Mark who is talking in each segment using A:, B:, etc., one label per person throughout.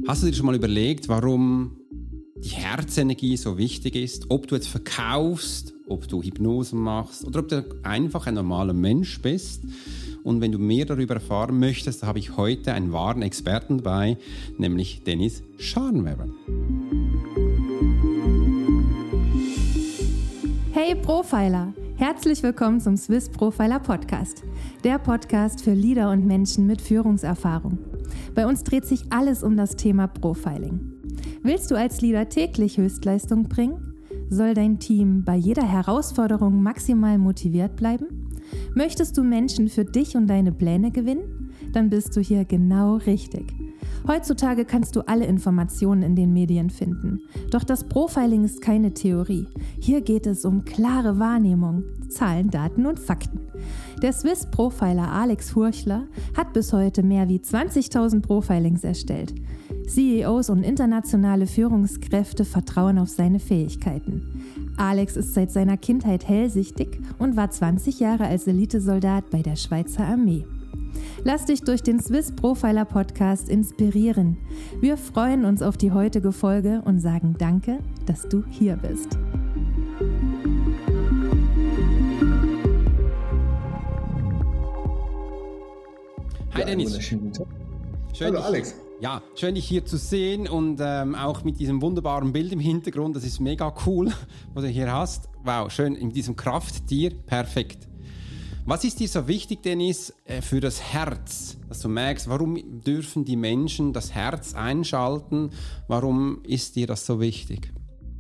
A: Hast du dir schon mal überlegt, warum die Herzenergie so wichtig ist? Ob du jetzt verkaufst, ob du Hypnose machst oder ob du einfach ein normaler Mensch bist? Und wenn du mehr darüber erfahren möchtest, da habe ich heute einen wahren Experten dabei, nämlich Dennis Scharnweber.
B: Hey Profiler! Herzlich willkommen zum Swiss Profiler Podcast, der Podcast für Leader und Menschen mit Führungserfahrung. Bei uns dreht sich alles um das Thema Profiling. Willst du als Leader täglich Höchstleistung bringen? Soll dein Team bei jeder Herausforderung maximal motiviert bleiben? Möchtest du Menschen für dich und deine Pläne gewinnen? Dann bist du hier genau richtig. Heutzutage kannst du alle Informationen in den Medien finden. Doch das Profiling ist keine Theorie. Hier geht es um klare Wahrnehmung, Zahlen, Daten und Fakten. Der Swiss Profiler Alex Furchler hat bis heute mehr wie 20.000 Profilings erstellt. CEOs und internationale Führungskräfte vertrauen auf seine Fähigkeiten. Alex ist seit seiner Kindheit hellsichtig und war 20 Jahre als Elitesoldat bei der Schweizer Armee. Lass dich durch den Swiss Profiler Podcast inspirieren. Wir freuen uns auf die heutige Folge und sagen Danke, dass du hier bist.
A: Hi Dennis.
C: Schön, hallo Alex.
A: Ja, schön dich hier zu sehen und auch mit diesem wunderbaren Bild im Hintergrund. Das ist mega cool, was du hier hast. Wow, schön in diesem Krafttier. Perfekt. Was ist dir so wichtig, Dennis, für das Herz, dass du merkst, warum dürfen die Menschen das Herz einschalten? Warum ist dir das so wichtig?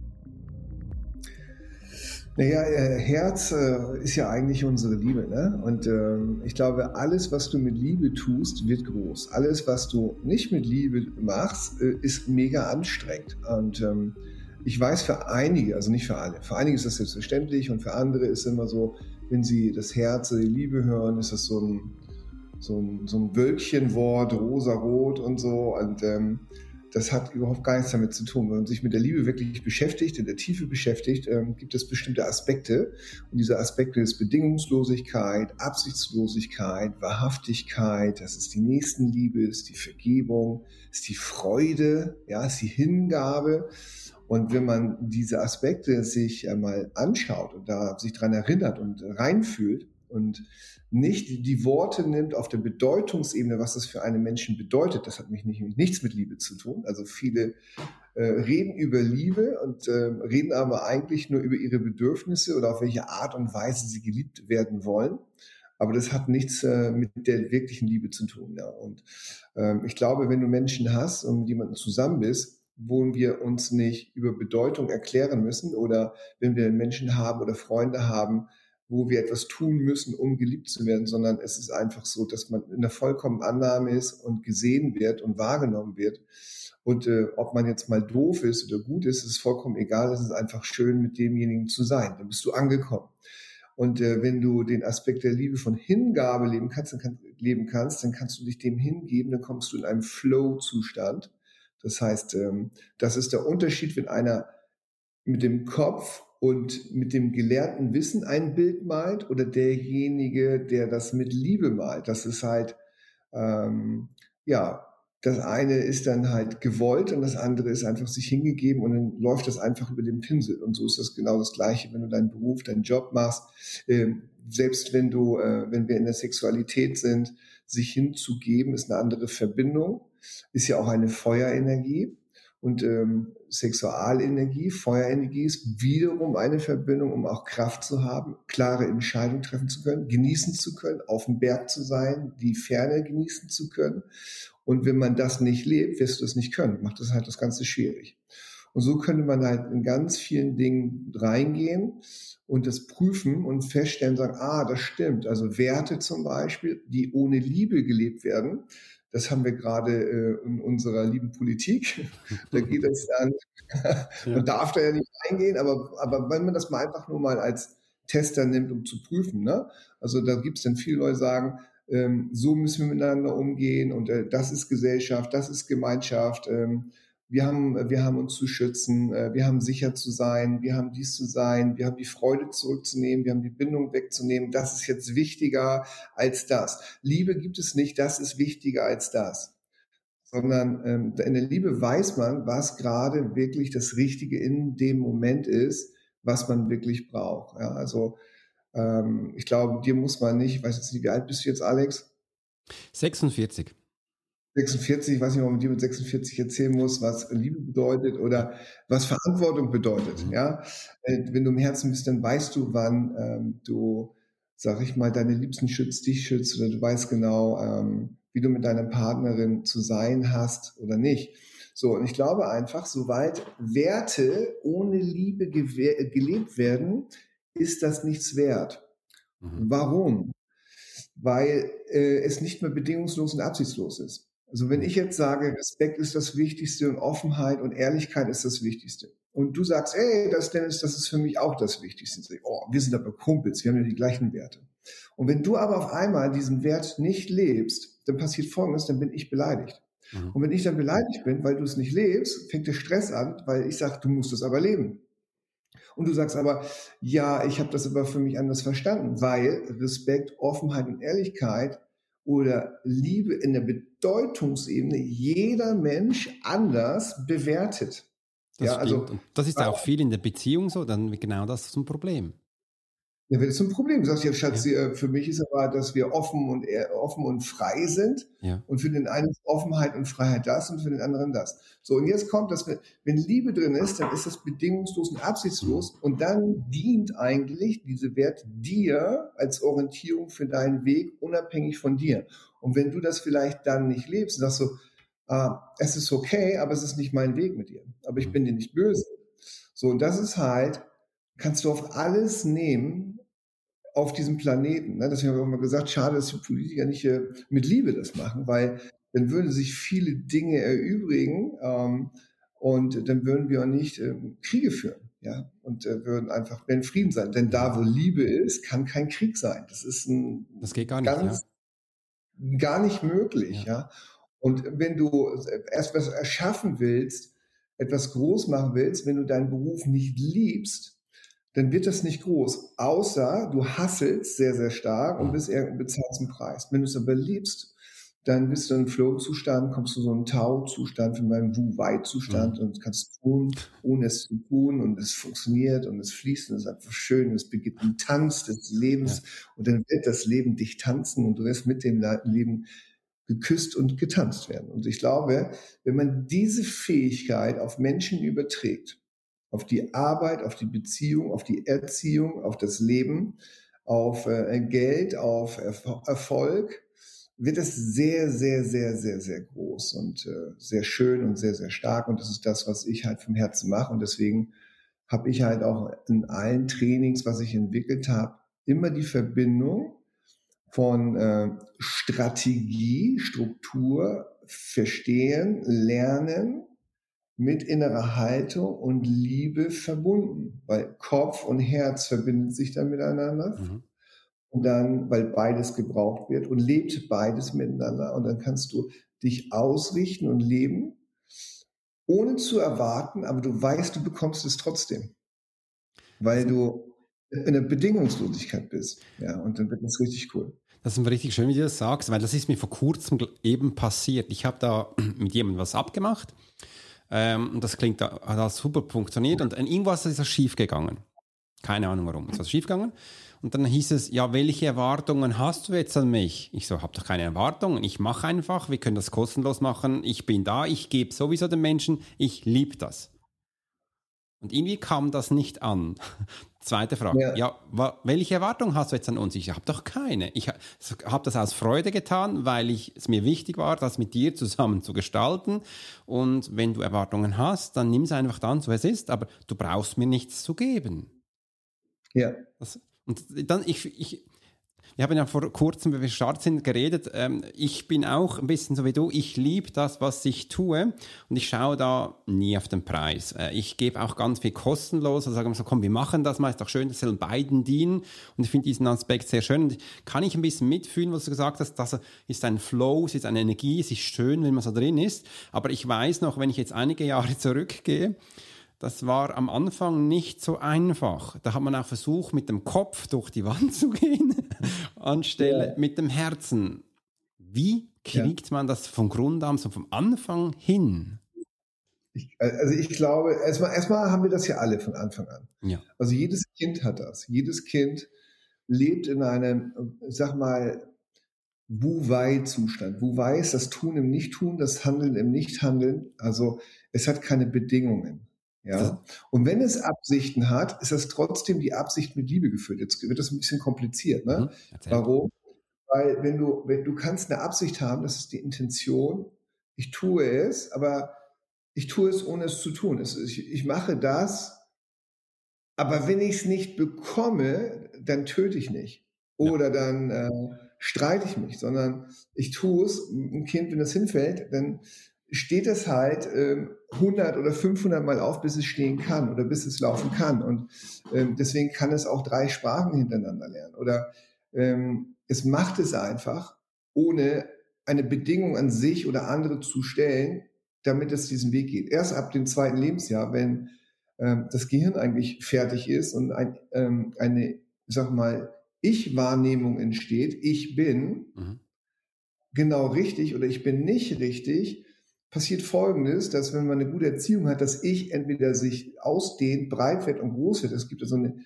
C: Naja, Herz ist ja eigentlich unsere Liebe, ne? Und ich glaube, alles, was du mit Liebe tust, wird groß. Alles, was du nicht mit Liebe machst, ist mega anstrengend. Und ich weiß für einige, also nicht für alle, für einige ist das selbstverständlich und für andere ist es immer so, wenn sie das Herz, die Liebe hören, ist das so ein Wölkchenwort, rosa-rot und so. Und das hat überhaupt gar nichts damit zu tun. Wenn man sich mit der Liebe wirklich beschäftigt, in der Tiefe beschäftigt, gibt es bestimmte Aspekte. Und diese Aspekte ist Bedingungslosigkeit, Absichtslosigkeit, Wahrhaftigkeit, das ist die Nächstenliebe, ist die Vergebung, ist die Freude, ja, ist die Hingabe. Und wenn man diese Aspekte sich einmal anschaut und da sich dran erinnert und reinfühlt und nicht die Worte nimmt auf der Bedeutungsebene, was das für einen Menschen bedeutet, das hat nichts mit Liebe zu tun. Also viele reden über Liebe und reden aber eigentlich nur über ihre Bedürfnisse oder auf welche Art und Weise sie geliebt werden wollen. Aber das hat nichts mit der wirklichen Liebe zu tun. Ja. Und ich glaube, wenn du Menschen hast und mit jemandem zusammen bist, wo wir uns nicht über Bedeutung erklären müssen oder wenn wir Menschen haben oder Freunde haben, wo wir etwas tun müssen, um geliebt zu werden, sondern es ist einfach so, dass man in der vollkommenen Annahme ist und gesehen wird und wahrgenommen wird. Und ob man jetzt mal doof ist oder gut ist, ist vollkommen egal. Es ist einfach schön, mit demjenigen zu sein. Dann bist du angekommen. Und wenn du den Aspekt der Liebe von Hingabe leben kannst, dann kannst du dich dem hingeben, dann kommst du in einen Flow-Zustand. Das heißt, das ist der Unterschied, wenn einer mit dem Kopf und mit dem gelernten Wissen ein Bild malt oder derjenige, der das mit Liebe malt. Das ist halt, das eine ist dann halt gewollt und das andere ist einfach sich hingegeben und dann läuft das einfach über den Pinsel. Und so ist das genau das Gleiche, wenn du deinen Beruf, deinen Job machst. Selbst wenn wir in der Sexualität sind, sich hinzugeben, ist eine andere Verbindung, ist ja auch eine Feuerenergie. Und Sexualenergie, Feuerenergie ist wiederum eine Verbindung, um auch Kraft zu haben, klare Entscheidungen treffen zu können, genießen zu können, auf dem Berg zu sein, die Ferne genießen zu können. Und wenn man das nicht lebt, wirst du das nicht können. Macht das halt das Ganze schwierig. Und so könnte man halt in ganz vielen Dingen reingehen und das prüfen und feststellen, sagen, das stimmt. Also Werte zum Beispiel, die ohne Liebe gelebt werden, das haben wir gerade in unserer lieben Politik. Da geht es dann, man darf da ja nicht reingehen, aber wenn man das mal einfach nur mal als Tester nimmt, um zu prüfen, ne? Also da gibt es dann viele Leute, die sagen, so müssen wir miteinander umgehen und das ist Gesellschaft, das ist Gemeinschaft. Wir haben uns zu schützen, wir haben sicher zu sein, wir haben dies zu sein, wir haben die Freude zurückzunehmen, wir haben die Bindung wegzunehmen. Das ist jetzt wichtiger als das. Liebe gibt es nicht, das ist wichtiger als das. sondern in der Liebe weiß man, was gerade wirklich das Richtige in dem Moment ist, was man wirklich braucht. Ja, also ich glaube, dir muss man nicht, ich weiß jetzt nicht, wie alt bist du jetzt, Alex?
A: 46.
C: 46, ich weiß nicht, ob man dir mit 46 erzählen muss, was Liebe bedeutet oder was Verantwortung bedeutet. Ja, wenn du im Herzen bist, dann weißt du, wann du, sag ich mal, deine Liebsten schützt, dich schützt, oder du weißt genau, wie du mit deiner Partnerin zu sein hast oder nicht. So, und ich glaube einfach, sobald Werte ohne Liebe gelebt werden, ist das nichts wert. Warum? Weil es nicht mehr bedingungslos und absichtslos ist. Also wenn ich jetzt sage, Respekt ist das Wichtigste und Offenheit und Ehrlichkeit ist das Wichtigste. Und du sagst, ey, Dennis, das ist für mich auch das Wichtigste. Sag ich, oh, wir sind aber Kumpels, wir haben ja die gleichen Werte. Und wenn du aber auf einmal diesen Wert nicht lebst, dann passiert Folgendes, dann bin ich beleidigt. Und wenn ich dann beleidigt bin, weil du es nicht lebst, fängt der Stress an, weil ich sage, du musst es aber leben. Und du sagst aber, ja, ich habe das aber für mich anders verstanden, weil Respekt, Offenheit und Ehrlichkeit oder Liebe in der Bedeutungsebene jeder Mensch anders bewertet.
A: Das
C: ja,
A: stimmt.
C: also
A: Und das ist auch viel in der Beziehung so, dann wird genau das zum Problem.
C: Ja, wird es ein Problem. Du sagst ja, Schatz, für mich ist aber, dass wir offen und frei sind.
A: Ja.
C: Und für den einen ist Offenheit und Freiheit das und für den anderen das. So, und jetzt kommt das, wenn Liebe drin ist, dann ist das bedingungslos und absichtslos. Und dann dient eigentlich diese Wert dir als Orientierung für deinen Weg, unabhängig von dir. Und wenn du das vielleicht dann nicht lebst, sagst du, es ist okay, aber es ist nicht mein Weg mit dir. Aber ich bin dir nicht böse. So, und das ist halt, kannst du auf alles nehmen, auf diesem Planeten. Ne? Deswegen habe ich auch mal gesagt, schade, dass die Politiker nicht mit Liebe das machen, weil dann würden sich viele Dinge erübrigen und dann würden wir auch nicht Kriege führen. Ja? Und würden einfach in Frieden sein. Denn da, wo Liebe ist, kann kein Krieg sein. Das ist
A: das geht gar nicht,
C: gar nicht möglich. Ja? Und wenn du erst was erschaffen willst, etwas groß machen willst, wenn du deinen Beruf nicht liebst, dann wird das nicht groß, außer du hasselst sehr, sehr stark und bezahlst einen Preis. Wenn du es aber liebst, dann bist du in einem Flow-Zustand, kommst du so einen Tau-Zustand, von meinem Wu-Wei-Zustand und kannst tun, ohne es zu tun und es funktioniert und es fließt und es ist einfach schön und es beginnt ein Tanz des Lebens und dann wird das Leben dich tanzen und du wirst mit dem Leben geküsst und getanzt werden. Und ich glaube, wenn man diese Fähigkeit auf Menschen überträgt, auf die Arbeit, auf die Beziehung, auf die Erziehung, auf das Leben, auf Geld, auf Erfolg, wird es sehr, sehr, sehr, sehr, sehr groß und sehr schön und sehr, sehr stark. Und das ist das, was ich halt vom Herzen mache. Und deswegen habe ich halt auch in allen Trainings, was ich entwickelt habe, immer die Verbindung von Strategie, Struktur, Verstehen, Lernen, mit innerer Haltung und Liebe verbunden, weil Kopf und Herz verbinden sich dann miteinander und dann, weil beides gebraucht wird und lebt beides miteinander und dann kannst du dich ausrichten und leben, ohne zu erwarten, aber du weißt, du bekommst es trotzdem, weil du in der Bedingungslosigkeit bist, ja, und dann wird das richtig cool.
A: Das ist richtig schön, wie du das sagst, weil das ist mir vor kurzem eben passiert. Ich habe da mit jemandem was abgemacht. Und das hat super funktioniert und irgendwas ist schief gegangen. Keine Ahnung warum. Es ist schief gegangen. Und dann hieß es, ja, welche Erwartungen hast du jetzt an mich? Ich so, hab doch keine Erwartungen. Ich mache einfach, wir können das kostenlos machen. Ich bin da, ich gebe sowieso den Menschen, ich liebe das. Und irgendwie kam das nicht an. Zweite Frage. Ja, welche Erwartungen hast du jetzt an uns? Ich habe doch keine. Ich habe das aus Freude getan, weil es mir wichtig war, das mit dir zusammen zu gestalten. Und wenn du Erwartungen hast, dann nimm es einfach dann, so es ist. Aber du brauchst mir nichts zu geben.
C: Ja.
A: Und dann, wir haben ja vor kurzem, bevor wir gestartet sind, geredet. Ich bin auch ein bisschen so wie du. Ich liebe das, was ich tue. Und ich schaue da nie auf den Preis. Ich gebe auch ganz viel kostenlos. Also sagen wir so, komm, wir machen das mal. Ist doch schön, das soll beiden dienen. Und ich finde diesen Aspekt sehr schön. Und kann ich ein bisschen mitfühlen, was du gesagt hast. Das ist ein Flow, es ist eine Energie. Es ist schön, wenn man so drin ist. Aber ich weiß noch, wenn ich jetzt einige Jahre zurückgehe, das war am Anfang nicht so einfach. Da hat man auch versucht, mit dem Kopf durch die Wand zu gehen, anstelle mit dem Herzen. Wie kriegt man das von Grund an, so vom Anfang hin?
C: Ich glaube, erstmal haben wir das ja alle von Anfang an.
A: Ja.
C: Also jedes Kind hat das. Jedes Kind lebt in einem, sag mal, Wu-Wei-Zustand. Wu-Wei ist das Tun im Nichttun, das Handeln im Nichthandeln. Also es hat keine Bedingungen. Ja? Und wenn es Absichten hat, ist das trotzdem die Absicht mit Liebe gefüllt. Jetzt wird das ein bisschen kompliziert. Ne? Warum? Weil wenn du kannst eine Absicht haben, das ist die Intention, ich tue es, aber ich tue es, ohne es zu tun. Ich mache das, aber wenn ich es nicht bekomme, dann töte ich nicht. Oder dann streite ich mich, sondern ich tue es. Ein Kind, wenn es hinfällt, dann steht es halt 100 oder 500 Mal auf, bis es stehen kann oder bis es laufen kann. Und deswegen kann es auch 3 Sprachen hintereinander lernen. Oder es macht es einfach, ohne eine Bedingung an sich oder andere zu stellen, damit es diesen Weg geht. Erst ab dem 2. Lebensjahr, wenn das Gehirn eigentlich fertig ist und eine, ich sag mal, Ich-Wahrnehmung entsteht, ich bin genau richtig oder ich bin nicht richtig, passiert Folgendes, dass wenn man eine gute Erziehung hat, das Ich entweder sich ausdehnt, breit wird und groß wird. Es gibt also eine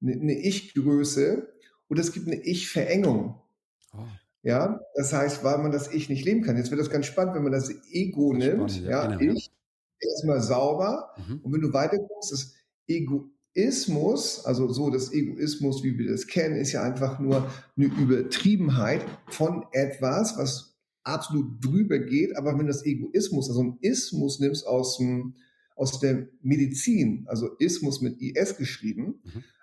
C: Ich-Größe oder es gibt eine Ich-Verengung. Oh. Ja, das heißt, weil man das Ich nicht leben kann. Jetzt wird das ganz spannend, wenn man das Ego nimmt. Spannend, ja, genau, Ich erstmal sauber. Und wenn du weiter guckst, das Egoismus, also so das Egoismus, wie wir das kennen, ist ja einfach nur eine Übertriebenheit von etwas, was absolut drüber geht. Aber wenn du das Egoismus, also ein Ismus nimmst aus der Medizin, also Ismus mit IS geschrieben,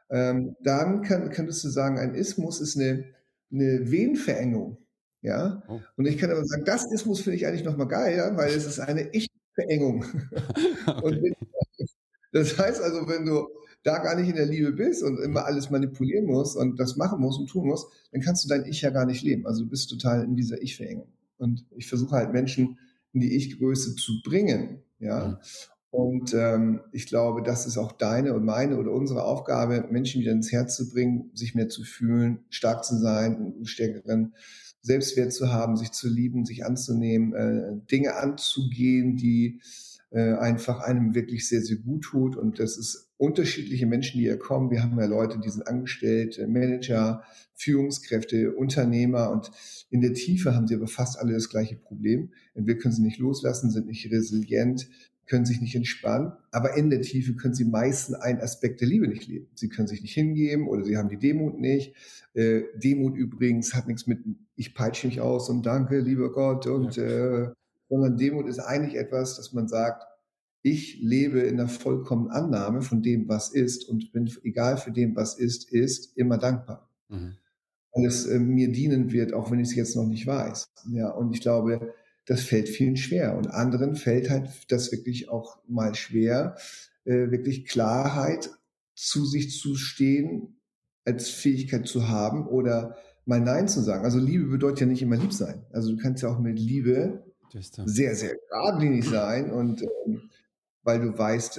C: dann könntest du sagen, ein Ismus ist eine Venenverengung. Ja? Oh. Und ich kann aber sagen, das Ismus finde ich eigentlich nochmal geil, ja? Weil es ist eine Ich-Verengung. Okay. Und das heißt also, wenn du da gar nicht in der Liebe bist und immer alles manipulieren musst und das machen musst und tun musst, dann kannst du dein Ich ja gar nicht leben. Also du bist total in dieser Ich-Verengung. Und ich versuche halt Menschen in die Ich-Größe zu bringen. Ja. Und ich glaube, das ist auch deine und meine oder unsere Aufgabe, Menschen wieder ins Herz zu bringen, sich mehr zu fühlen, stark zu sein, einen stärkeren Selbstwert zu haben, sich zu lieben, sich anzunehmen, Dinge anzugehen, die einfach einem wirklich sehr, sehr gut tut. Und das ist unterschiedliche Menschen, die hier kommen. Wir haben ja Leute, die sind angestellt, Manager, Führungskräfte, Unternehmer. Und in der Tiefe haben sie aber fast alle das gleiche Problem. Entweder können sie nicht loslassen, sind nicht resilient, können sich nicht entspannen, aber in der Tiefe können sie meistens einen Aspekt der Liebe nicht leben. Sie können sich nicht hingeben oder sie haben die Demut nicht. Demut übrigens hat nichts mit ich peitsche mich aus und danke, lieber Gott, und sondern Demut ist eigentlich etwas, dass man sagt, ich lebe in der vollkommenen Annahme von dem, was ist und bin, egal für dem, was ist, immer dankbar. Weil es mir dienen wird, auch wenn ich es jetzt noch nicht weiß. Ja, und ich glaube, das fällt vielen schwer. Und anderen fällt halt das wirklich auch mal schwer, wirklich Klarheit zu sich zu stehen, als Fähigkeit zu haben oder mal Nein zu sagen. Also Liebe bedeutet ja nicht immer lieb sein. Also du kannst ja auch mit Liebe sehr, sehr geradlinig sein und weil du weißt,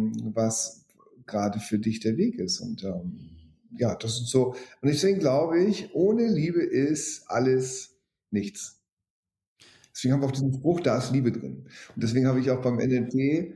C: was gerade für dich der Weg ist. Und ja, das ist so. Und deswegen glaube ich, ohne Liebe ist alles nichts. Deswegen haben wir auch diesen Spruch, da ist Liebe drin. Und deswegen habe ich auch beim NLP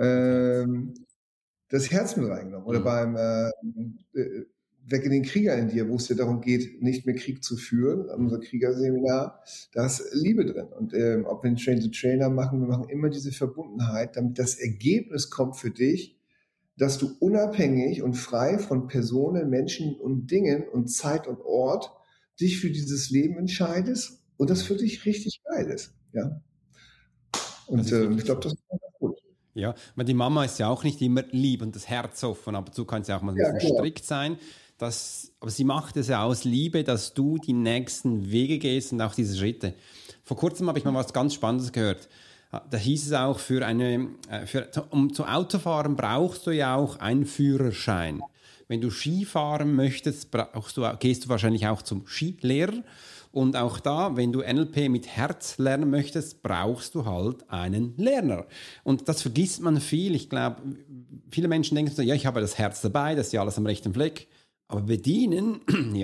C: das Herz mit reingenommen. Oder beim Weg in den Krieger in dir, wo es ja darum geht, nicht mehr Krieg zu führen, unser Kriegerseminar, da ist Liebe drin. Und ob wir einen Train-the-Trainer machen, wir machen immer diese Verbundenheit, damit das Ergebnis kommt für dich, dass du unabhängig und frei von Personen, Menschen und Dingen und Zeit und Ort dich für dieses Leben entscheidest und das für dich richtig geil ist. Ja? Und ich glaube, das ist gut.
A: Ja, weil die Mama ist ja auch nicht immer lieb und das Herz offen, aber du kannst ja auch mal ein bisschen strikt sein. Aber sie macht es ja aus Liebe, dass du die nächsten Wege gehst und auch diese Schritte. Vor kurzem habe ich mal was ganz Spannendes gehört. Da hieß es auch, um zu Autofahren brauchst du ja auch einen Führerschein. Wenn du Skifahren möchtest, gehst du wahrscheinlich auch zum Skilehrer. Und auch da, wenn du NLP mit Herz lernen möchtest, brauchst du halt einen Lerner. Und das vergisst man viel. Ich glaube, viele Menschen denken so, ja, ich habe das Herz dabei, das ist ja alles am rechten Fleck. Aber bedienen, ja,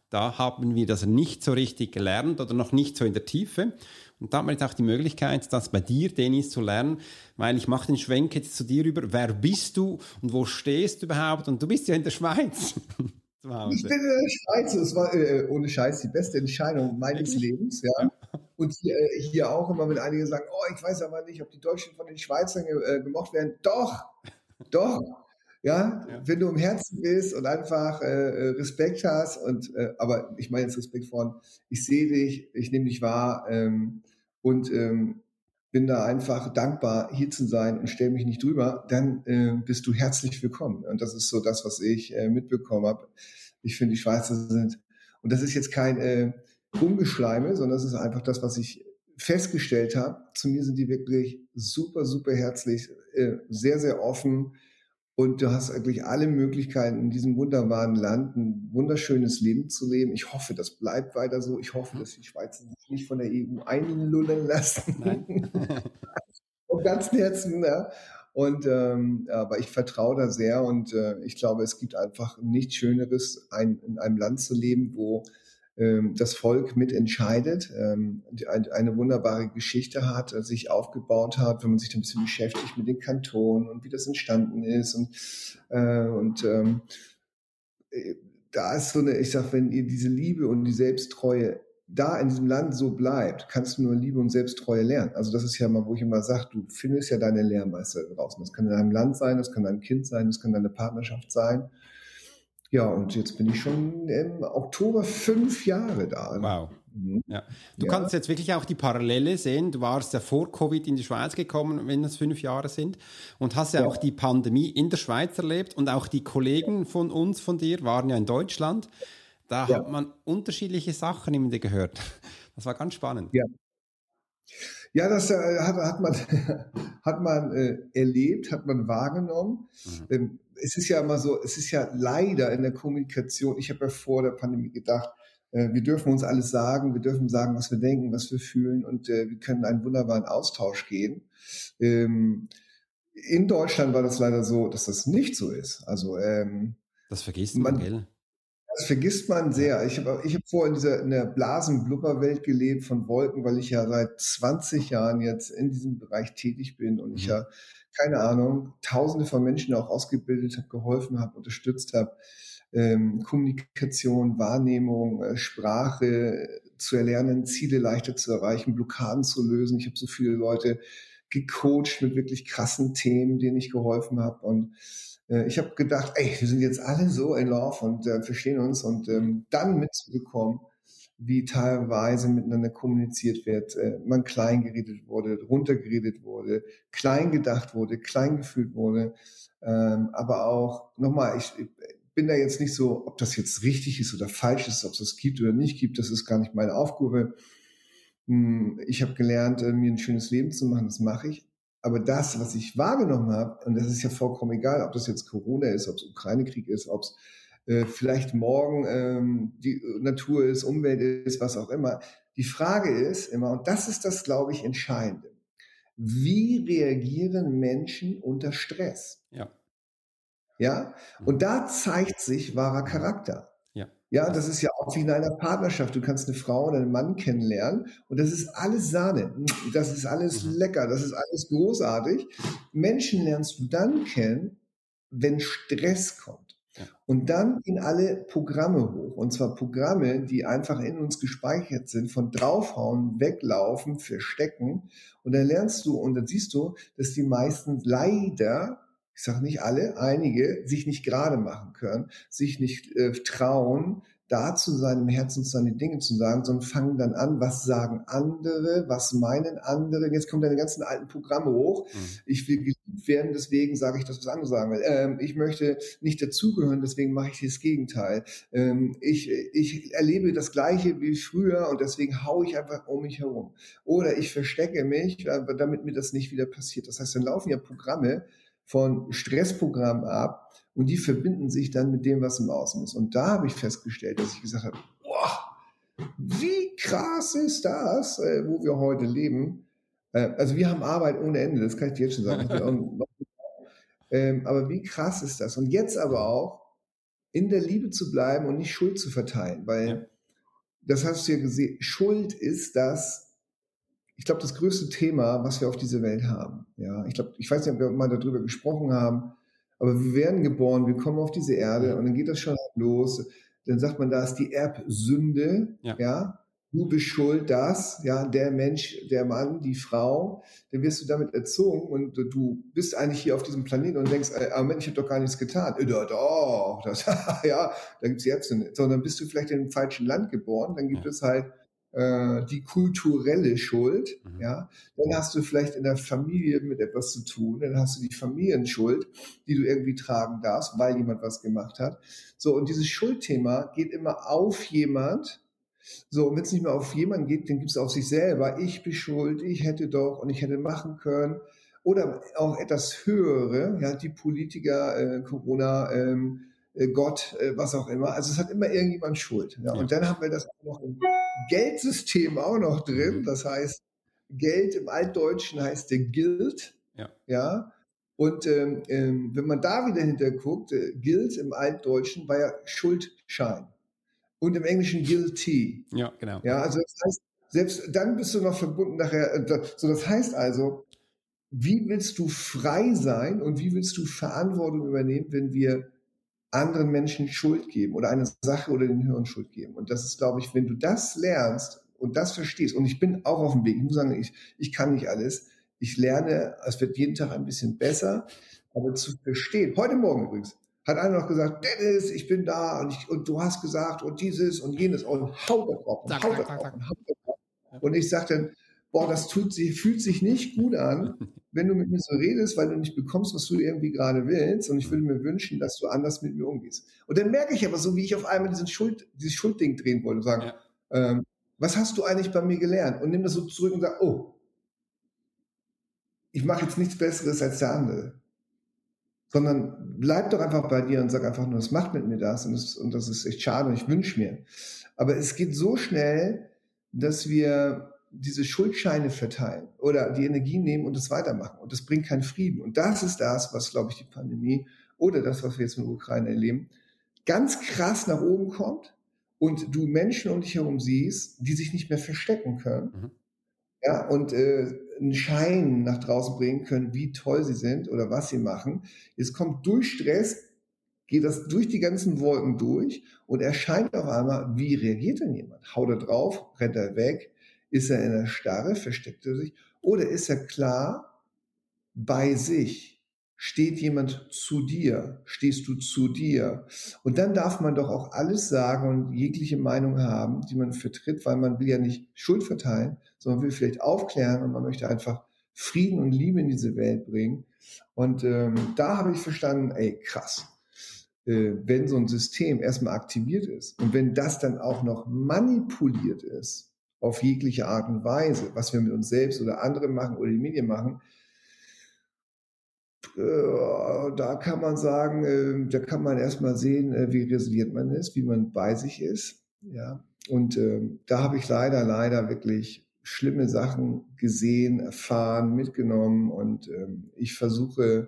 A: Da haben wir das nicht so richtig gelernt oder noch nicht so in der Tiefe. Und da hat man jetzt auch die Möglichkeit, das bei dir, Dennis, zu lernen, weil ich mache den Schwenk jetzt zu dir über, wer bist du und wo stehst du überhaupt? Und du bist ja in der Schweiz.
C: Ich bin in der Schweiz, es war ohne Scheiß die beste Entscheidung meines Lebens, ja.
A: Ja.
C: Und hier auch immer, wenn einige sagen, oh, ich weiß aber nicht, ob die Deutschen von den Schweizern gemocht werden. Doch, ja, wenn du im Herzen bist und einfach Respekt hast aber ich meine jetzt Respekt von, ich sehe dich, ich nehme dich wahr und bin da einfach dankbar, hier zu sein und stelle mich nicht drüber, dann bist du herzlich willkommen. Und das ist so das, was ich mitbekommen habe. Ich finde, die Schweizer sind, und das ist jetzt kein Umgeschleime, sondern das ist einfach das, was ich festgestellt habe. Zu mir sind die wirklich super, super herzlich, sehr, sehr offen. Und du hast eigentlich alle Möglichkeiten, in diesem wunderbaren Land ein wunderschönes Leben zu leben. Ich hoffe, das bleibt weiter so. Ich hoffe, dass die Schweizer sich nicht von der EU einlullen lassen.
A: Nein.
C: Vom ganzen Herzen. Ja. Und aber ich vertraue da sehr und ich glaube, es gibt einfach nichts Schöneres, in einem Land zu leben, wo das Volk mitentscheidet, eine wunderbare Geschichte hat, sich aufgebaut hat, wenn man sich ein bisschen beschäftigt mit den Kantonen und wie das entstanden ist. Da ist so eine, ich sag, wenn ihr diese Liebe und die Selbsttreue da in diesem Land so bleibt, kannst du nur Liebe und Selbsttreue lernen. Also das ist ja mal, wo ich immer sage, du findest ja deine Lehrmeister draußen. Das kann in deinem Land sein, das kann dein Kind sein, das kann deine Partnerschaft sein. Ja, und jetzt bin ich schon im Oktober 5 Jahre da.
A: Wow. Ja. Du kannst jetzt wirklich auch die Parallele sehen. Du warst ja vor Covid in die Schweiz gekommen, wenn es 5 Jahre sind, und hast ja auch die Pandemie in der Schweiz erlebt, und auch die Kollegen von uns, von dir, waren ja in Deutschland. Da hat man unterschiedliche Sachen immer gehört. Das war ganz spannend.
C: Ja, das hat man erlebt, hat man wahrgenommen. Es ist ja immer so, es ist ja leider in der Kommunikation, ich habe ja vor der Pandemie gedacht, wir dürfen uns alles sagen, wir dürfen sagen, was wir denken, was wir fühlen, und wir können einen wunderbaren Austausch gehen. In Deutschland war das leider so, dass das nicht so ist. Also
A: das vergisst man, gell?
C: Das vergisst man sehr. Ich hab vorher in der Blasenblubberwelt gelebt von Wolken, weil ich ja seit 20 Jahren jetzt in diesem Bereich tätig bin und ich ja, keine Ahnung, Tausende von Menschen auch ausgebildet habe, geholfen habe, unterstützt habe, Kommunikation, Wahrnehmung, Sprache zu erlernen, Ziele leichter zu erreichen, Blockaden zu lösen. Ich habe so viele Leute gecoacht mit wirklich krassen Themen, denen ich geholfen habe, und ich habe gedacht, ey, wir sind jetzt alle so in love und verstehen uns, und dann mitzubekommen, wie teilweise miteinander kommuniziert wird, man klein geredet wurde, runtergeredet wurde, klein gedacht wurde, klein gefühlt wurde, aber auch, nochmal, ich bin da jetzt nicht so, ob das jetzt richtig ist oder falsch ist, ob es das gibt oder nicht gibt, das ist gar nicht meine Aufgabe. Ich habe gelernt, mir ein schönes Leben zu machen, das mache ich. Aber das, was ich wahrgenommen habe, und das ist ja vollkommen egal, ob das jetzt Corona ist, ob es Ukraine-Krieg ist, ob es vielleicht morgen die Natur ist, Umwelt ist, was auch immer. Die Frage ist immer, und das ist das, glaube ich, Entscheidende: Wie reagieren Menschen unter Stress? Ja? Und da zeigt sich wahrer Charakter. Ja, das ist ja auch wie in einer Partnerschaft. Du kannst eine Frau oder einen Mann kennenlernen und das ist alles Sahne. Das ist alles lecker. Das ist alles großartig. Menschen lernst du dann kennen, wenn Stress kommt. Und dann gehen alle Programme hoch. Und zwar Programme, die einfach in uns gespeichert sind, von draufhauen, weglaufen, verstecken. Und dann lernst du und dann siehst du, dass die meisten leider, ich sage nicht alle, einige, sich nicht gerade machen können, sich nicht trauen, da zu seinem Herzen seine Dinge zu sagen, sondern fangen dann an, was sagen andere, was meinen andere. Jetzt kommen deine ganzen alten Programme hoch. Ich will geliebt werden, deswegen sage ich das, was andere sagen will. Ich möchte nicht dazugehören, deswegen mache ich das Gegenteil. Ich erlebe das Gleiche wie früher und deswegen haue ich einfach um mich herum. Oder ich verstecke mich, damit mir das nicht wieder passiert. Das heißt, dann laufen ja Programme von Stressprogrammen ab und die verbinden sich dann mit dem, was im Außen ist. Und da habe ich festgestellt, dass ich gesagt habe, boah, wie krass ist das, wo wir heute leben. Also wir haben Arbeit ohne Ende, das kann ich dir jetzt schon sagen. Aber wie krass ist das? Und jetzt aber auch in der Liebe zu bleiben und nicht Schuld zu verteilen, weil das hast du ja gesehen, Schuld ist ich glaube, das größte Thema, was wir auf dieser Welt haben. Ja, ich weiß nicht, ob wir mal darüber gesprochen haben, aber wir werden geboren, wir kommen auf diese Erde und dann geht das schon los. Dann sagt man, da ist die Erbsünde, ja. Du bist schuld, der Mensch, der Mann, die Frau, dann wirst du damit erzogen und du bist eigentlich hier auf diesem Planeten und denkst, Mensch, ich habe doch gar nichts getan. Doch, da gibt's die Erbsünde. Sondern bist du vielleicht in einem falschen Land geboren, dann gibt es halt die kulturelle Schuld, ja. Dann hast du vielleicht in der Familie mit etwas zu tun, dann hast du die Familienschuld, die du irgendwie tragen darfst, weil jemand was gemacht hat. So, und dieses Schuldthema geht immer auf jemand. So, und wenn es nicht mehr auf jemanden geht, dann gibt es auf sich selber. Ich bin schuld, ich hätte doch und ich hätte machen können. Oder auch etwas Höhere, ja, die Politiker, Corona, Gott, was auch immer. Also es hat immer irgendjemand Schuld. Ja. Und dann haben wir das auch noch im Geldsystem auch noch drin. Das heißt, Geld im Altdeutschen heißt der Guild. Ja. Und wenn man da wieder hinterguckt, Guild im Altdeutschen war ja Schuldschein. Und im Englischen guilty.
A: Ja, genau.
C: Ja, also das heißt, selbst dann bist du noch verbunden nachher. So, das heißt also, wie willst du frei sein und wie willst du Verantwortung übernehmen, wenn wir anderen Menschen Schuld geben oder eine Sache oder den Höheren Schuld geben? Und das ist, glaube ich, wenn du das lernst und das verstehst, und ich bin auch auf dem Weg, ich muss sagen, ich kann nicht alles. Ich lerne, es wird jeden Tag ein bisschen besser, aber zu verstehen, heute Morgen übrigens, hat einer noch gesagt, Dennis, ich bin da und du hast gesagt und dieses und jenes und haut da drauf und haut da drauf und haut da drauf. Und ich sage dann, das fühlt sich nicht gut an, wenn du mit mir so redest, weil du nicht bekommst, was du irgendwie gerade willst, und ich würde mir wünschen, dass du anders mit mir umgehst. Und dann merke ich aber so, wie ich auf einmal dieses Schuldding drehen wollte und sagen, was hast du eigentlich bei mir gelernt? Und nimm das so zurück und sag, ich mache jetzt nichts Besseres als der andere. Sondern bleib doch einfach bei dir und sag einfach nur, es macht mit mir das und das ist echt schade und ich wünsche mir. Aber es geht so schnell, dass wir diese Schuldscheine verteilen oder die Energie nehmen und es weitermachen. Und das bringt keinen Frieden. Und das ist das, was, glaube ich, die Pandemie oder das, was wir jetzt mit der Ukraine erleben, ganz krass nach oben kommt und du Menschen um dich herum siehst, die sich nicht mehr verstecken können. Ja, und einen Schein nach draußen bringen können, wie toll sie sind oder was sie machen. Es kommt durch Stress, geht das durch die ganzen Wolken durch und erscheint auf einmal, wie reagiert denn jemand? Haut er drauf, rennt er weg, ist er in der Starre, versteckt er sich oder ist er klar bei sich? Steht jemand zu dir? Stehst du zu dir? Und dann darf man doch auch alles sagen und jegliche Meinung haben, die man vertritt, weil man will ja nicht Schuld verteilen, sondern will vielleicht aufklären und man möchte einfach Frieden und Liebe in diese Welt bringen. Und da habe ich verstanden, krass, wenn so ein System erstmal aktiviert ist und wenn das dann auch noch manipuliert ist, auf jegliche Art und Weise, was wir mit uns selbst oder andere machen oder die Medien machen, da kann man sagen, da kann man erstmal sehen, wie resilient man ist, wie man bei sich ist. Ja. Und da habe ich leider wirklich schlimme Sachen gesehen, erfahren, mitgenommen. Und ich versuche,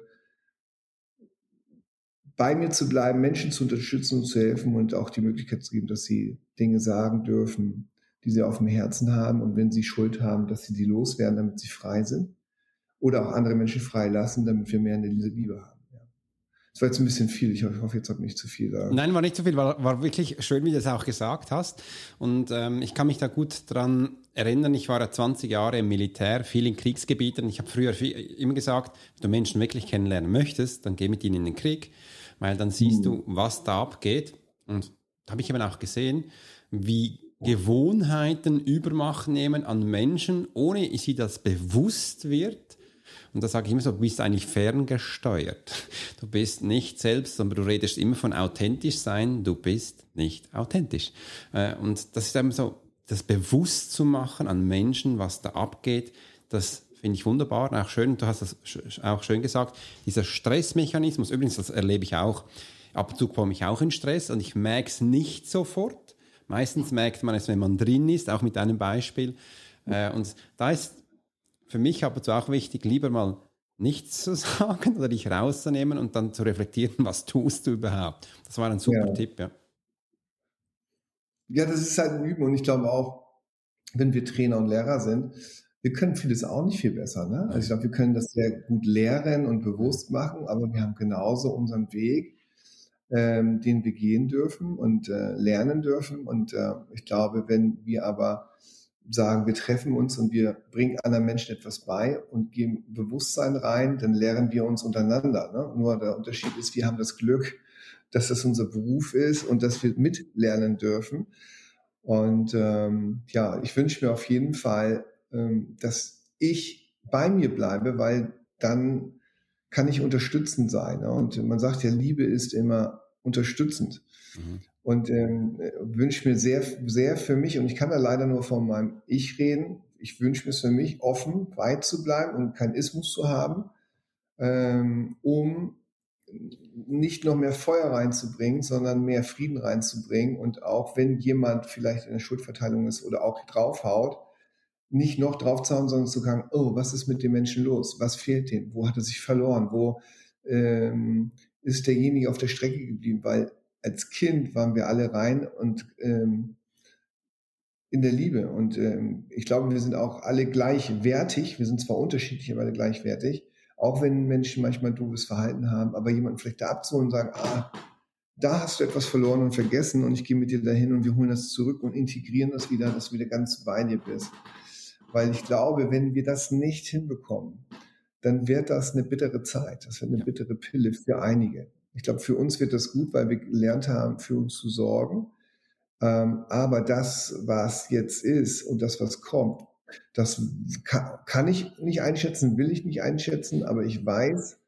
C: bei mir zu bleiben, Menschen zu unterstützen und zu helfen und auch die Möglichkeit zu geben, dass sie Dinge sagen dürfen, die sie auf dem Herzen haben. Und wenn sie Schuld haben, dass sie die loswerden, damit sie frei sind. Oder auch andere Menschen freilassen, damit wir mehr in diese Liebe haben. Ja. Das war jetzt ein bisschen viel. Ich hoffe, jetzt habe ich nicht zu viel da.
A: Nein, war nicht zu viel. War wirklich schön, wie du das auch gesagt hast. Und ich kann mich da gut dran erinnern. Ich war ja 20 Jahre im Militär, viel in Kriegsgebieten. Ich habe früher immer gesagt, wenn du Menschen wirklich kennenlernen möchtest, dann geh mit ihnen in den Krieg, weil dann siehst du, was da abgeht. Und da habe ich eben auch gesehen, wie Gewohnheiten Übermacht nehmen an Menschen, ohne sie das bewusst wird. Und da sage ich immer so, du bist eigentlich ferngesteuert. Du bist nicht selbst, sondern du redest immer von authentisch sein. Du bist nicht authentisch. Und das ist eben so, das bewusst zu machen an Menschen, was da abgeht, das finde ich wunderbar und auch schön. Du hast das auch schön gesagt. Dieser Stressmechanismus, übrigens, das erlebe ich auch. Ab und zu komme ich auch in Stress und ich merke es nicht sofort. Meistens merkt man es, wenn man drin ist, auch mit einem Beispiel. Und da ist für mich aber auch wichtig, lieber mal nichts zu sagen oder dich rauszunehmen und dann zu reflektieren, was tust du überhaupt. Das war ein super
C: Ja.
A: Tipp, ja.
C: Ja, das ist halt ein Üben und ich glaube auch, wenn wir Trainer und Lehrer sind, wir können vieles auch nicht viel besser. Ne? Also ich glaube, wir können das sehr gut lehren und bewusst machen, aber wir haben genauso unseren Weg, den wir gehen dürfen und lernen dürfen. Und ich glaube, wenn wir aber sagen, wir treffen uns und wir bringen anderen Menschen etwas bei und geben Bewusstsein rein, dann lernen wir uns untereinander. Ne? Nur der Unterschied ist, wir haben das Glück, dass das unser Beruf ist und dass wir mitlernen dürfen. Und ja, ich wünsche mir auf jeden Fall, dass ich bei mir bleibe, weil dann kann ich unterstützend sein. Ne? Und man sagt ja, Liebe ist immer unterstützend.
A: Mhm.
C: Und wünsche mir sehr, sehr für mich, und ich kann da leider nur von meinem Ich reden, ich wünsche mir es für mich, offen, weit zu bleiben und keinen Ismus zu haben, um nicht noch mehr Feuer reinzubringen, sondern mehr Frieden reinzubringen. Und auch wenn jemand vielleicht in der Schuldverteilung ist oder auch draufhaut, nicht noch draufzuhauen, sondern zu sagen, oh, was ist mit dem Menschen los? Was fehlt dem? Wo hat er sich verloren? Wo ist derjenige auf der Strecke geblieben? Weil als Kind waren wir alle rein und in der Liebe. Und ich glaube, wir sind auch alle gleichwertig. Wir sind zwar unterschiedlich, aber alle gleichwertig. Auch wenn Menschen manchmal doofes Verhalten haben, aber jemanden vielleicht da abzuholen und sagen, da hast du etwas verloren und vergessen und ich gehe mit dir dahin und wir holen das zurück und integrieren das wieder, dass du wieder ganz bei dir bist. Weil ich glaube, wenn wir das nicht hinbekommen, dann wird das eine bittere Zeit. Das wird eine bittere Pille für einige. Ich glaube, für uns wird das gut, weil wir gelernt haben, für uns zu sorgen. Aber das, was jetzt ist und das, was kommt, das kann ich nicht einschätzen, will ich nicht einschätzen, aber ich weiß,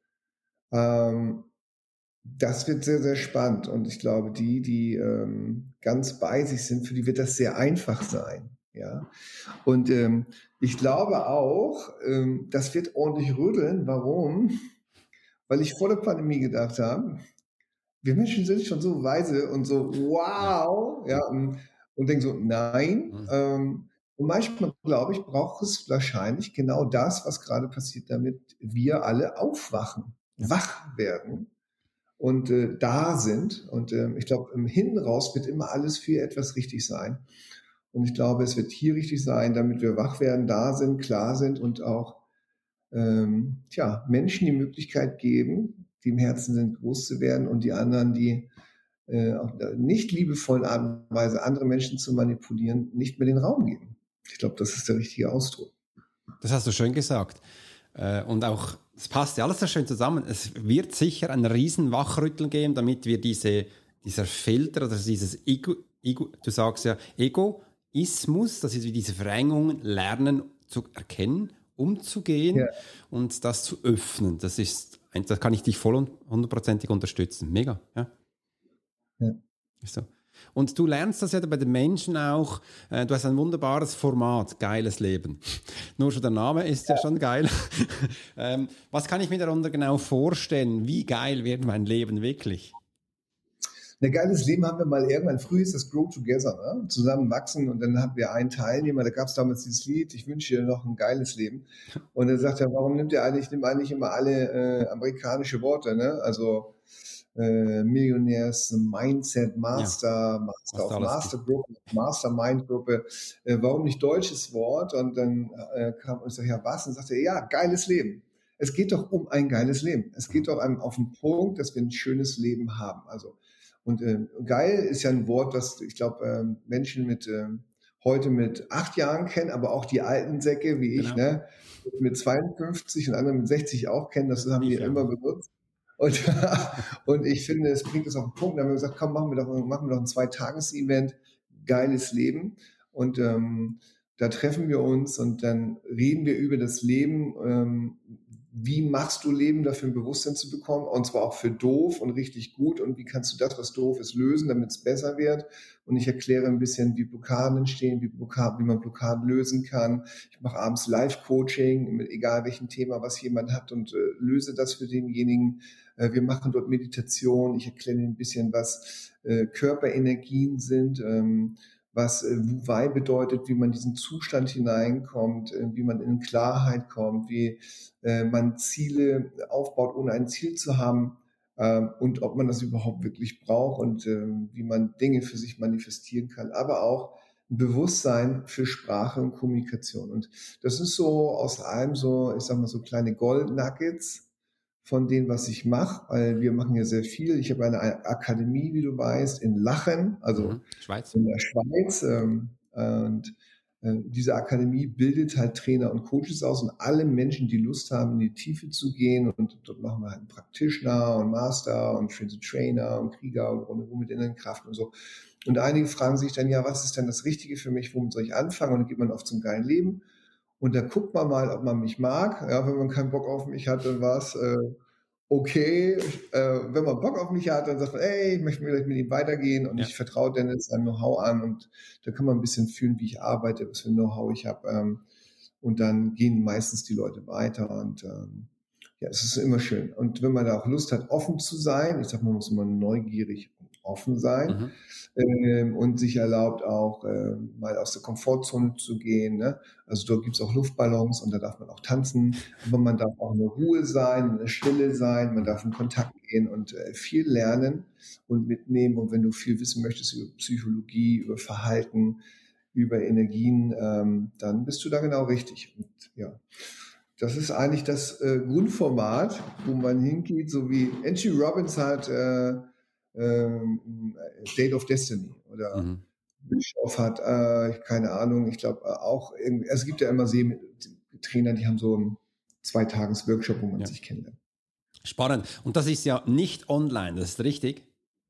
C: das wird sehr, sehr spannend. Und ich glaube, die ganz bei sich sind, für die wird das sehr einfach sein. Ja. Und ich glaube auch, das wird ordentlich rütteln. Warum? Weil ich vor der Pandemie gedacht habe, wir Menschen sind schon so weise und so wow, ja, und denken so, nein. Und manchmal, glaube ich, braucht es wahrscheinlich genau das, was gerade passiert, damit wir alle aufwachen, wach werden und da sind. Und ich glaube, im Hinten raus wird immer alles für etwas richtig sein. Und ich glaube, es wird hier richtig sein, damit wir wach werden, da sind, klar sind und auch Menschen die Möglichkeit geben, die im Herzen sind, groß zu werden und die anderen, die auf nicht liebevollen Art und Weise andere Menschen zu manipulieren, nicht mehr den Raum geben. Ich glaube, das ist der richtige Ausdruck.
A: Das hast du schön gesagt. Und auch, es passt ja alles so schön zusammen. Es wird sicher ein riesen Wachrütteln geben, damit wir dieser Filter oder dieses Ego, du sagst ja Egoismus, das ist wie diese Verengungen, lernen zu erkennen, umzugehen und das zu öffnen. Das kann ich dich voll und hundertprozentig unterstützen. Mega, ja. Ist so. Und du lernst das ja bei den Menschen auch. Du hast ein wunderbares Format, geiles Leben. Nur schon der Name ist ja schon geil. Was kann ich mir darunter genau vorstellen? Wie geil wird mein Leben wirklich?
C: Ein geiles Leben haben wir mal irgendwann, früh ist das Grow Together, ne? Zusammen wachsen, und dann hatten wir einen Teilnehmer, da gab es damals dieses Lied, ich wünsche dir noch ein geiles Leben. Und er sagt, warum nimmt ihr eigentlich, immer alle amerikanische Worte, ne? Also Millionaires Mindset Master, Master of Master Gruppe, Mastermind Gruppe, warum nicht deutsches Wort? Und dann kam ich so, ja was? Und sagte, ja, geiles Leben. Es geht doch um ein geiles Leben. Es geht doch auf den Punkt, dass wir ein schönes Leben haben. Also, und geil ist ja ein Wort, das ich glaube Menschen heute mit 8 Jahren kennen, aber auch die alten Säcke wie ich, ne, mit 52 und andere mit 60 auch kennen. Das haben wir immer benutzt. Und ich finde, es bringt es auf den Punkt. Da haben wir gesagt, komm, machen wir doch ein 2-Tages-Event, geiles Leben. Und da treffen wir uns und dann reden wir über das Leben. Wie machst du Leben, dafür ein Bewusstsein zu bekommen? Und zwar auch für doof und richtig gut. Und wie kannst du das, was doof ist, lösen, damit es besser wird? Und ich erkläre ein bisschen, wie Blockaden entstehen, wie man Blockaden lösen kann. Ich mache abends Live-Coaching, mit egal welchem Thema, was jemand hat, und löse das für denjenigen. Wir machen dort Meditation. Ich erkläre ein bisschen, was Körperenergien sind, was Wu Wei bedeutet, wie man in diesen Zustand hineinkommt, wie man in Klarheit kommt, wie man Ziele aufbaut, ohne ein Ziel zu haben, und ob man das überhaupt wirklich braucht und wie man Dinge für sich manifestieren kann, aber auch ein Bewusstsein für Sprache und Kommunikation. Und das ist so aus allem so, ich sag mal, so kleine Gold-Nuggets von dem, was ich mache, weil wir machen ja sehr viel. Ich habe eine Akademie, wie du weißt, in Lachen, also
A: Schweiz.
C: in der Schweiz. Und diese Akademie bildet halt Trainer und Coaches aus und alle Menschen, die Lust haben, in die Tiefe zu gehen. Und dort machen wir halt einen Practitioner und Master und Trainer und Krieger und rundherum mit inneren Kraft und so. Und einige fragen sich dann, ja, was ist denn das Richtige für mich? Womit soll ich anfangen? Und dann geht man oft zum geilen Leben. Und dann guckt man mal, ob man mich mag. Ja, wenn man keinen Bock auf mich hat, dann war es okay. Wenn man Bock auf mich hat, dann sagt man, ey, ich möchte vielleicht mit ihm weitergehen und ich vertraue Dennis sein Know-how an und da kann man ein bisschen fühlen, wie ich arbeite, was für ein Know-how ich habe. Und dann gehen meistens die Leute weiter und ja, es ist immer schön. Und wenn man da auch Lust hat, offen zu sein, ich sag, man muss immer neugierig und offen sein und sich erlaubt auch mal aus der Komfortzone zu gehen. Ne? Also dort gibt's auch Luftballons und da darf man auch tanzen, aber man darf auch in der Ruhe sein, in der Stille sein, man darf in Kontakt gehen und viel lernen und mitnehmen. Und wenn du viel wissen möchtest über Psychologie, über Verhalten, über Energien, dann bist du da genau richtig. Und, ja. Das ist eigentlich das Grundformat, wo man hingeht, so wie Angie Robbins hat Date of Destiny oder Bischof hat, keine Ahnung, ich glaube auch irgendwie, es gibt ja immer Trainer, die haben so einen 2-Tages-Workshop, wo man sich kennenlernt.
A: Spannend. Und das ist ja nicht online, das ist richtig?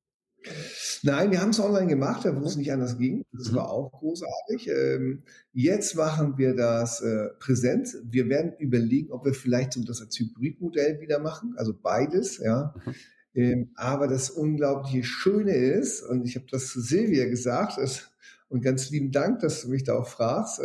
C: Nein, wir haben es online gemacht, wo es nicht anders ging. Das war auch großartig. Jetzt machen wir das Präsenz. Wir werden überlegen, ob wir vielleicht so das als Hybridmodell wieder machen, also beides, ja. Aber das unglaubliche Schöne ist, und ich habe das zu Silvia gesagt, und ganz lieben Dank, dass du mich da auch fragst.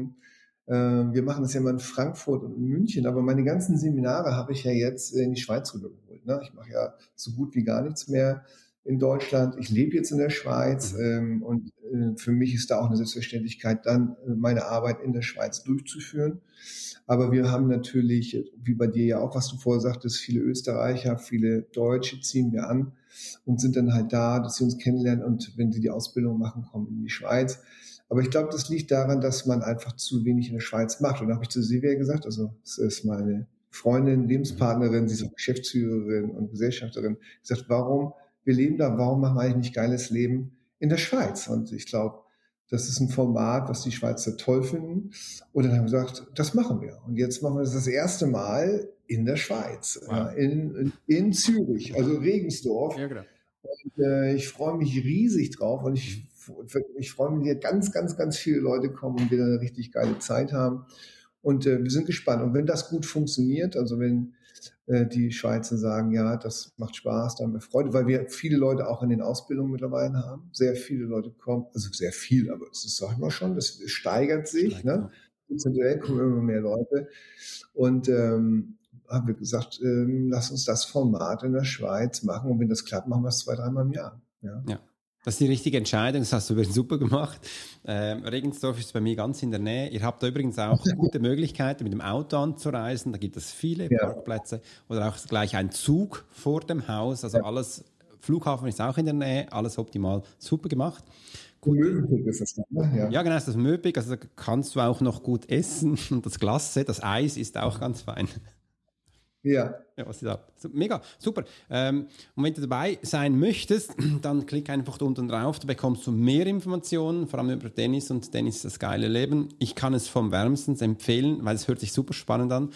C: Wir machen das ja mal in Frankfurt und in München, aber meine ganzen Seminare habe ich ja jetzt in die Schweiz rübergeholt. Ne? Ich mache ja so gut wie gar nichts mehr in Deutschland. Ich lebe jetzt in der Schweiz und für mich ist da auch eine Selbstverständlichkeit, dann meine Arbeit in der Schweiz durchzuführen. Aber wir haben natürlich, wie bei dir ja auch, was du vorher sagtest, viele Österreicher, viele Deutsche ziehen wir an und sind dann halt da, dass sie uns kennenlernen und wenn sie die Ausbildung machen, kommen in die Schweiz. Aber ich glaube, das liegt daran, dass man einfach zu wenig in der Schweiz macht. Und da habe ich zu Silvia gesagt, also es ist meine Freundin, Lebenspartnerin, sie ist auch Geschäftsführerin und Gesellschafterin, gesagt, wir leben da, warum machen wir eigentlich nicht geiles Leben in der Schweiz? Und ich glaube, das ist ein Format, was die Schweizer toll finden. Und dann haben wir gesagt, das machen wir. Und jetzt machen wir das erste Mal in der Schweiz, wow. in Zürich, also Regensdorf. Ja, genau. Und ich freue mich riesig drauf und ich freue mich, dass ganz, ganz, ganz viele Leute kommen und wir eine richtig geile Zeit haben. Und wir sind gespannt. Und wenn das gut funktioniert, also wenn die Schweizer sagen, ja, das macht Spaß, da haben wir Freude, weil wir viele Leute auch in den Ausbildungen mittlerweile haben. Sehr viele Leute kommen, also sehr viel, aber das ist, sag ich mal schon, das steigert sich. Ne? Prozentuell kommen immer mehr Leute. Und haben wir gesagt, lass uns das Format in der Schweiz machen. Und wenn das klappt, machen wir es 2-3 Mal im Jahr. Ja.
A: Das ist die richtige Entscheidung, das hast du wirklich super gemacht. Regensdorf ist bei mir ganz in der Nähe. Ihr habt da übrigens auch gute Möglichkeiten, mit dem Auto anzureisen. Da gibt es viele Parkplätze oder auch gleich ein Zug vor dem Haus. Also alles, Flughafen ist auch in der Nähe, alles optimal, super gemacht.
C: Möbig ist das dann, ne?
A: Ja, genau, ist das möbig. Also da kannst du auch noch gut essen. Und das Glasse, das Eis ist auch ganz fein.
C: Ja.
A: Ja, was ist ab? Mega, super. Und wenn du dabei sein möchtest, dann klick einfach unten drauf, da bekommst du mehr Informationen, vor allem über Dennis und Dennis das geile Leben. Ich kann es vom wärmstens empfehlen, weil es hört sich super spannend an.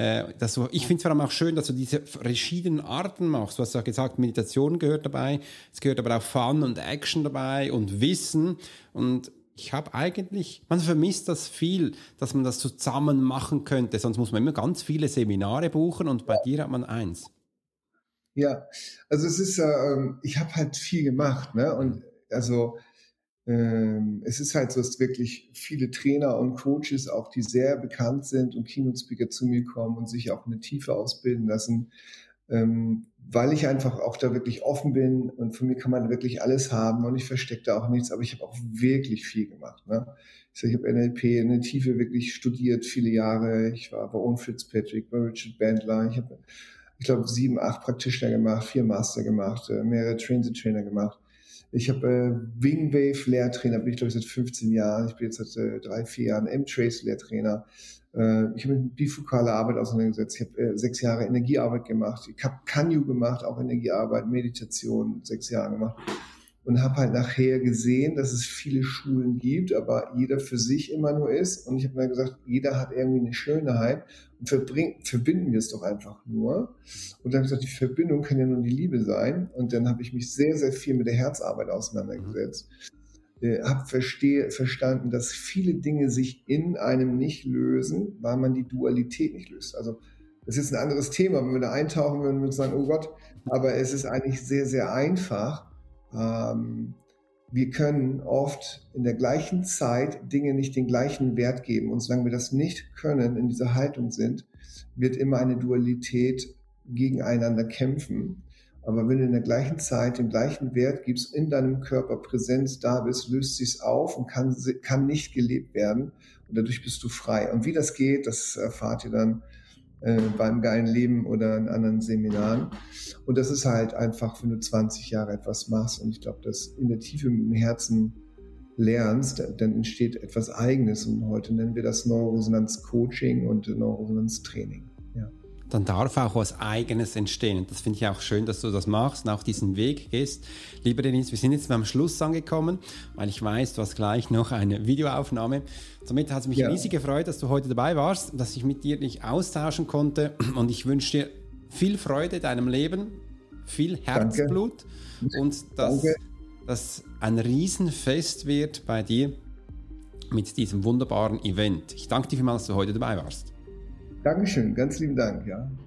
A: Ich finde es vor allem auch schön, dass du diese verschiedenen Arten machst. Du hast ja gesagt, Meditation gehört dabei, es gehört aber auch Fun und Action dabei und Wissen und ich habe eigentlich, man vermisst das viel, dass man das zusammen machen könnte, sonst muss man immer ganz viele Seminare buchen und bei dir hat man eins.
C: Ja, also es ist, ich habe halt viel gemacht, ne? Und also es ist halt so, dass wirklich viele Trainer und Coaches auch, die sehr bekannt sind und Keynote-Speaker zu mir kommen und sich auch eine Tiefe ausbilden lassen, weil ich einfach auch da wirklich offen bin und von mir kann man wirklich alles haben und ich verstecke da auch nichts, aber ich habe auch wirklich viel gemacht. Ne? Ich habe NLP in der Tiefe wirklich studiert, viele Jahre. Ich war bei Owen Fitzpatrick, bei Richard Bandler. Ich habe, ich glaube, 7, 8 Practitioner gemacht, 4 Master gemacht, mehrere Train-the-Trainer gemacht. Ich habe Wingwave Lehrtrainer, bin ich glaube ich seit 15 Jahren. Ich bin jetzt seit 3, 4 Jahren M-Trace Lehrtrainer. Ich habe mich mit bifokaler Arbeit auseinandergesetzt. Ich habe 6 Jahre Energiearbeit gemacht. Ich habe Kanyu gemacht, auch Energiearbeit, Meditation, 6 Jahre gemacht. Und habe halt nachher gesehen, dass es viele Schulen gibt, aber jeder für sich immer nur ist. Und ich habe dann gesagt, jeder hat irgendwie eine Schönheit und verbinden wir es doch einfach nur. Und dann habe ich gesagt, die Verbindung kann ja nur die Liebe sein. Und dann habe ich mich sehr, sehr viel mit der Herzarbeit auseinandergesetzt. Habe verstanden, dass viele Dinge sich in einem nicht lösen, weil man die Dualität nicht löst. Also das ist ein anderes Thema, wenn wir da eintauchen, würden wir sagen, oh Gott, aber es ist eigentlich sehr, sehr einfach. Wir können oft in der gleichen Zeit Dinge nicht den gleichen Wert geben. Und solange wir das nicht können, in dieser Haltung sind, wird immer eine Dualität gegeneinander kämpfen. Aber wenn du in der gleichen Zeit den gleichen Wert gibst, in deinem Körper Präsenz da bist, löst sich's auf und kann nicht gelebt werden. Und dadurch bist du frei. Und wie das geht, das erfahrt ihr dann beim geilen Leben oder in anderen Seminaren. Und das ist halt einfach, wenn du 20 Jahre etwas machst und ich glaube, dass in der Tiefe mit dem Herzen lernst, dann entsteht etwas Eigenes und heute nennen wir das Neuroresonanz-Coaching und Neuroresonanz-Training. Ja.
A: Dann darf auch was Eigenes entstehen. Und das finde ich auch schön, dass du das machst und auch diesen Weg gehst. Lieber Denise, wir sind jetzt beim Schluss angekommen, weil ich weiß, du hast gleich noch eine Videoaufnahme. Somit hat es mich riesig gefreut, dass du heute dabei warst, dass ich mit dir dich austauschen konnte. Und ich wünsche dir viel Freude in deinem Leben, viel Herzblut. Danke. Und dass das ein Riesenfest wird bei dir mit diesem wunderbaren Event. Ich danke dir vielmals, dass du heute dabei warst.
C: Dankeschön, ganz lieben Dank, ja.